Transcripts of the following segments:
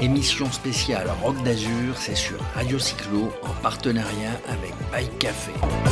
Émission spéciale Rock d'Azur, c'est sur Radio Cyclo en partenariat avec Bike Café.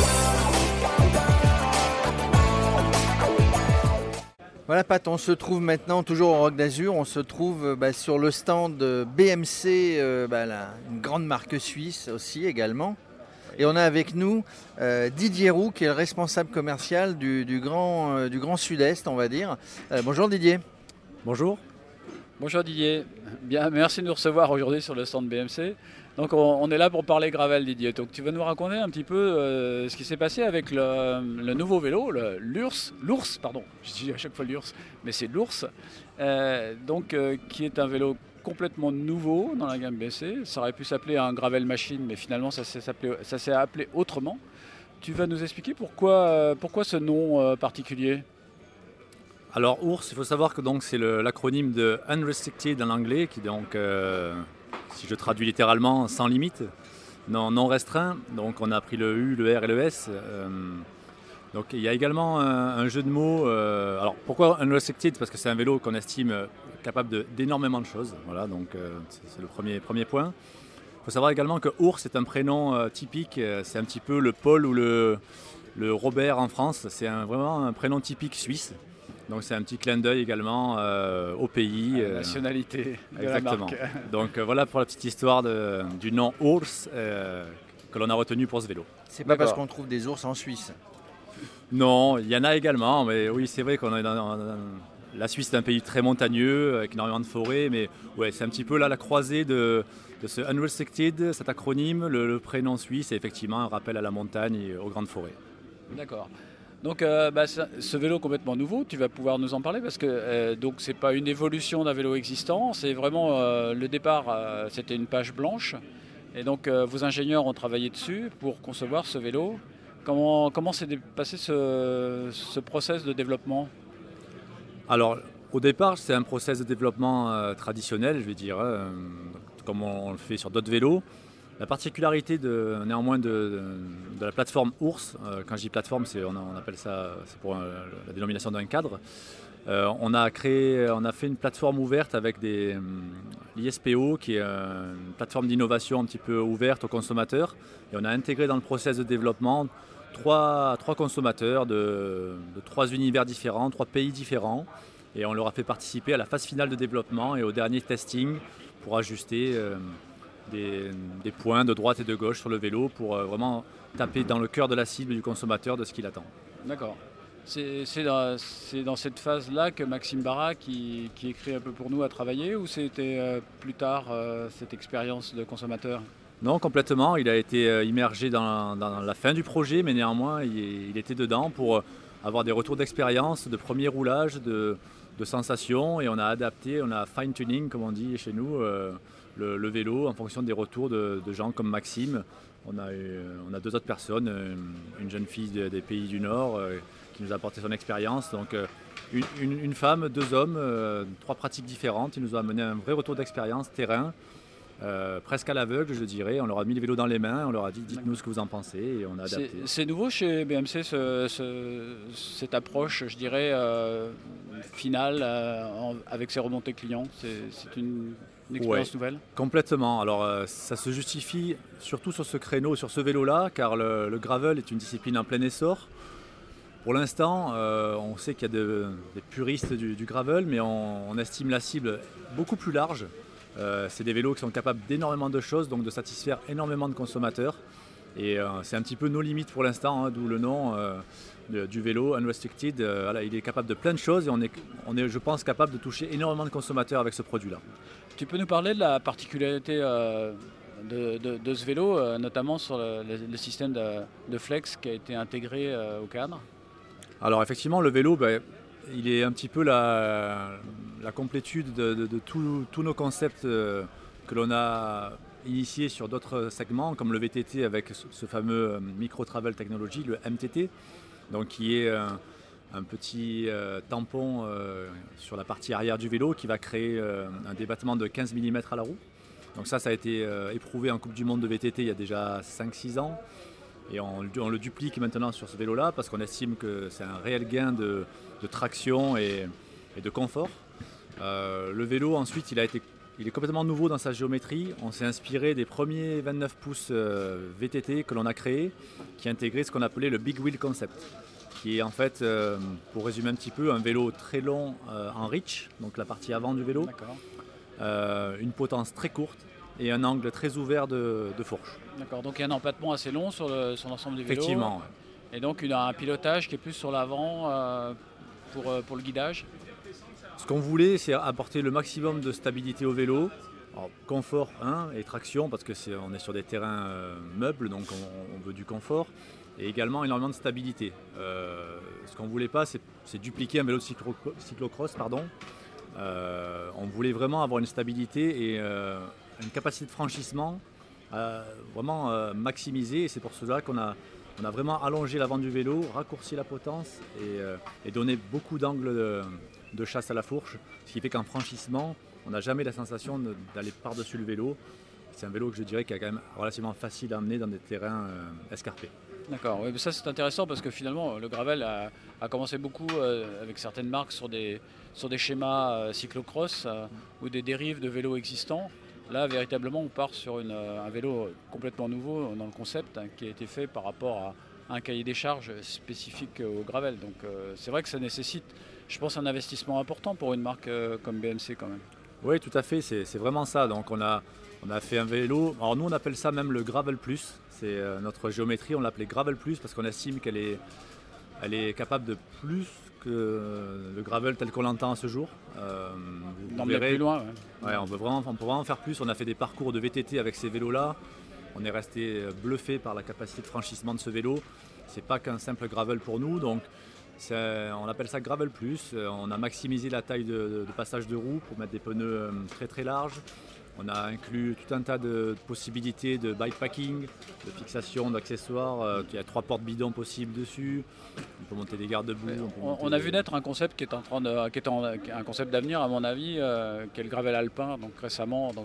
Voilà Pat, on se trouve maintenant toujours au Rock d'Azur, on se trouve sur le stand BMC, une grande marque suisse aussi également. Et on a avec nous Didier Roux qui est le responsable commercial du Grand Sud-Est, on va dire. Bonjour Didier. Bonjour. Bonjour Didier. Bien, merci de nous recevoir aujourd'hui sur le stand BMC. Donc on est là pour parler gravel Didier. Donc tu vas nous raconter un petit peu ce qui s'est passé avec le nouveau vélo, l'ours, pardon, je dis à chaque fois l'ours, mais c'est l'ours, qui est un vélo complètement nouveau dans la gamme BMC. Ça aurait pu s'appeler un gravel machine, mais finalement ça s'est appelé autrement. Tu vas nous expliquer pourquoi ce nom particulier ? Alors ours, il faut savoir que c'est l'acronyme de Unrestricted en anglais, qui donc, si je traduis littéralement, sans limite, non restreint. Donc on a pris le U, le R et le S. Donc il y a également un jeu de mots. Alors pourquoi Unrestricted ? Parce que c'est un vélo qu'on estime capable d'énormément de choses. Voilà, donc c'est le premier point. Il faut savoir également que ours est un prénom typique. C'est un petit peu le Paul ou le Robert en France. C'est vraiment un prénom typique suisse. Donc c'est un petit clin d'œil également au pays. La nationalité de exactement. La marque. Donc voilà pour la petite histoire du nom ours que l'on a retenu pour ce vélo. C'est pas parce qu'on trouve des ours en Suisse. Non, il y en a également, mais oui c'est vrai qu'on est la Suisse est un pays très montagneux avec énormément de forêts, mais ouais, c'est un petit peu là la croisée de ce Unrestricted, cet acronyme, le prénom suisse, et effectivement un rappel à la montagne et aux grandes forêts. D'accord. Donc ce vélo complètement nouveau, tu vas pouvoir nous en parler parce que c'est pas une évolution d'un vélo existant, c'est vraiment le départ, c'était une page blanche et donc vos ingénieurs ont travaillé dessus pour concevoir ce vélo. Comment s'est passé ce process de développement ? Alors au départ c'est un process de développement traditionnel, je vais dire, comme on le fait sur d'autres vélos. La particularité néanmoins de la plateforme ours, quand je dis plateforme, on appelle ça, c'est pour la dénomination d'un cadre. On a fait une plateforme ouverte avec l'ISPO, qui est une plateforme d'innovation un petit peu ouverte aux consommateurs. Et on a intégré dans le process de développement trois consommateurs de 3 univers différents, 3 pays différents. Et on leur a fait participer à la phase finale de développement et au dernier testing pour ajuster des points de droite et de gauche sur le vélo pour vraiment taper dans le cœur de la cible du consommateur de ce qu'il attend. D'accord. C'est dans cette phase-là que Maxime Barra, qui écrit un peu pour nous, a travaillé, ou c'était plus tard cette expérience de consommateur ? Non, complètement. Il a été immergé dans la fin du projet, mais néanmoins il était dedans pour avoir des retours d'expérience, de premier roulage, de sensations, et on a adapté, on a fine-tuning comme on dit chez nous, le vélo en fonction des retours de gens comme Maxime. On a 2 autres personnes, une jeune fille des pays du Nord qui nous a apporté son expérience. Donc une femme, 2 hommes, 3 pratiques différentes. Il nous a amené un vrai retour d'expérience terrain, presque à l'aveugle je dirais. On leur a mis le vélo dans les mains, on leur a dit dites-nous ce que vous en pensez et on a adapté. C'est nouveau chez BMC cette approche, je dirais, finale avec ses remontées clients. C'est une expérience nouvelle ? Complètement. Alors ça se justifie surtout sur ce créneau, sur ce vélo-là, car le gravel est une discipline en plein essor. Pour l'instant, on sait qu'il y a des puristes du gravel, mais on estime la cible beaucoup plus large. C'est des vélos qui sont capables d'énormément de choses, donc de satisfaire énormément de consommateurs. Et c'est un petit peu nos limites pour l'instant, d'où le nom du vélo Unrestricted. Il est capable de plein de choses et on est, je pense, capable de toucher énormément de consommateurs avec ce produit-là. Tu peux nous parler de la particularité de ce vélo, notamment sur le système de flex qui a été intégré au cadre ? Alors effectivement, le vélo, il est un petit peu la complétude de tous nos concepts que l'on a initiés sur d'autres segments, comme le VTT avec ce fameux Micro Travel Technology, le MTT, donc qui est un petit tampon sur la partie arrière du vélo qui va créer un débattement de 15 mm à la roue. Donc ça a été éprouvé en Coupe du Monde de VTT il y a déjà 5-6 ans. Et on le duplique maintenant sur ce vélo-là parce qu'on estime que c'est un réel gain de traction et de confort. Le vélo ensuite il a été il est complètement nouveau dans sa géométrie. On s'est inspiré des premiers 29 pouces VTT que l'on a créés, qui intégraient ce qu'on appelait le Big Wheel Concept, qui est en fait, pour résumer un petit peu, un vélo très long en reach, donc la partie avant du vélo, une potence très courte et un angle très ouvert de fourche. D'accord, donc il y a un empattement assez long sur l'ensemble du vélo. Effectivement. Et donc il y a un pilotage qui est plus sur l'avant pour le guidage. Ce qu'on voulait, c'est apporter le maximum de stabilité au vélo. Alors, confort et traction, parce qu'on est sur des terrains meubles, donc on veut du confort. Et également énormément de stabilité. Ce qu'on ne voulait pas, c'est dupliquer un vélo de cyclocross. On voulait vraiment avoir une stabilité et une capacité de franchissement vraiment maximisée. Et c'est pour cela qu'on a vraiment allongé l'avant du vélo, raccourci la potence et donné beaucoup d'angles de chasse à la fourche. Ce qui fait qu'en franchissement, on n'a jamais la sensation d'aller par-dessus le vélo. C'est un vélo que je dirais qui est quand même relativement facile à emmener dans des terrains escarpés. D'accord, oui, mais ça c'est intéressant parce que finalement le gravel a commencé beaucoup avec certaines marques sur des schémas cyclocross ou des dérives de vélos existants. Là véritablement on part sur un vélo complètement nouveau dans le concept qui a été fait par rapport à un cahier des charges spécifique au gravel. Donc c'est vrai que ça nécessite, je pense, un investissement important pour une marque comme BMC quand même. Oui, tout à fait, c'est vraiment ça. Donc on a fait un vélo, alors nous on appelle ça même le Gravel Plus. C'est notre géométrie, on l'appelait Gravel Plus parce qu'on estime qu'elle est capable de plus que le gravel tel qu'on l'entend à ce jour. Vous verrez plus loin. Ouais, on peut vraiment faire plus. On a fait des parcours de VTT avec ces vélos-là. On est resté bluffé par la capacité de franchissement de ce vélo. C'est pas qu'un simple gravel pour nous, donc on appelle ça Gravel Plus. On a maximisé la taille de passage de roue pour mettre des pneus très très larges. On a inclus tout un tas de possibilités de bikepacking, de fixation d'accessoires. Il y a 3 portes bidons possibles dessus. On peut monter des garde-boue. On a vu naître un concept qui est un concept d'avenir à mon avis, qui est le gravel alpin. Donc récemment,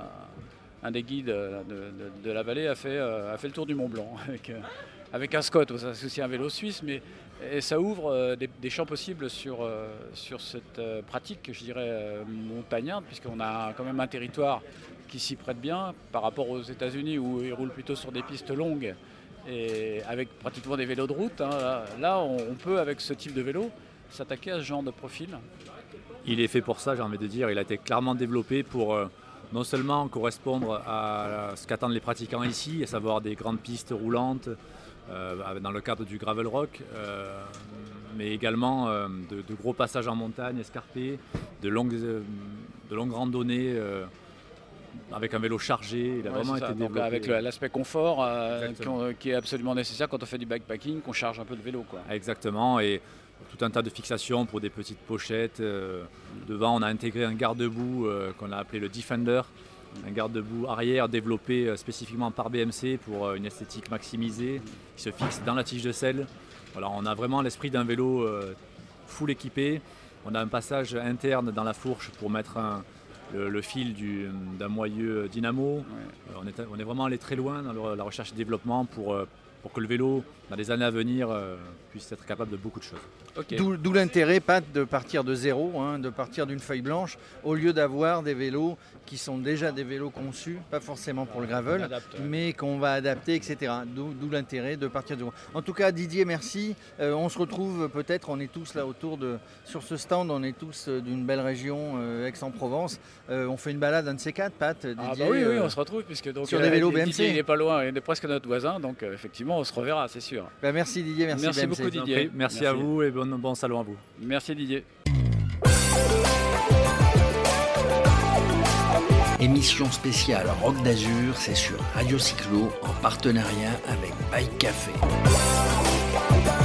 un des guides de la vallée a fait le tour du Mont Blanc avec un Scott. C'est aussi un vélo suisse, mais ça ouvre des champs possibles sur cette pratique, je dirais, montagnarde, puisqu'on a quand même un territoire qui s'y prête bien par rapport aux États-Unis où ils roulent plutôt sur des pistes longues et avec pratiquement des vélos de route. Là, on peut, avec ce type de vélo, s'attaquer à ce genre de profil. Il est fait pour ça, j'ai envie de dire. Il a été clairement développé pour non seulement correspondre à ce qu'attendent les pratiquants ici, à savoir des grandes pistes roulantes, dans le cadre du gravel rock, mais également de gros passages en montagne escarpés, de longues randonnées avec un vélo chargé. Il a vraiment été développé. Donc avec l'aspect confort qui est absolument nécessaire quand on fait du bikepacking, qu'on charge un peu de vélo, quoi. Exactement, et tout un tas de fixations pour des petites pochettes. Devant, on a intégré un garde-boue qu'on a appelé le Defender, un garde-boue arrière développé spécifiquement par BMC pour une esthétique maximisée, qui se fixe dans la tige de selle. Voilà, on a vraiment l'esprit d'un vélo full équipé. On a un passage interne dans la fourche pour mettre le fil d'un moyeu dynamo. Ouais. On est vraiment allé très loin dans la recherche et développement pour que le vélo, dans les années à venir, puisse être capable de beaucoup de choses. Okay. D'où l'intérêt, Pat, de partir de zéro, de partir d'une feuille blanche, au lieu d'avoir des vélos qui sont déjà des vélos conçus, pas forcément pour le gravel, mais qu'on va adapter, etc. D'où l'intérêt de partir de zéro. En tout cas, Didier, merci. On se retrouve peut-être, on est tous là sur ce stand, on est tous d'une belle région, Aix-en-Provence. On fait une balade, un de ces 4, Pat, Didier. Oui, on se retrouve, puisque donc, sur des vélos BMC. Didier, il n'est pas loin, il est presque notre voisin, donc effectivement, on se reverra, c'est sûr. Merci Didier, merci BMC. Beaucoup Didier. Merci à vous et bon salon à vous. Merci Didier. Émission spéciale Rock d'Azur, c'est sur Radio Cyclo en partenariat avec Bike Café.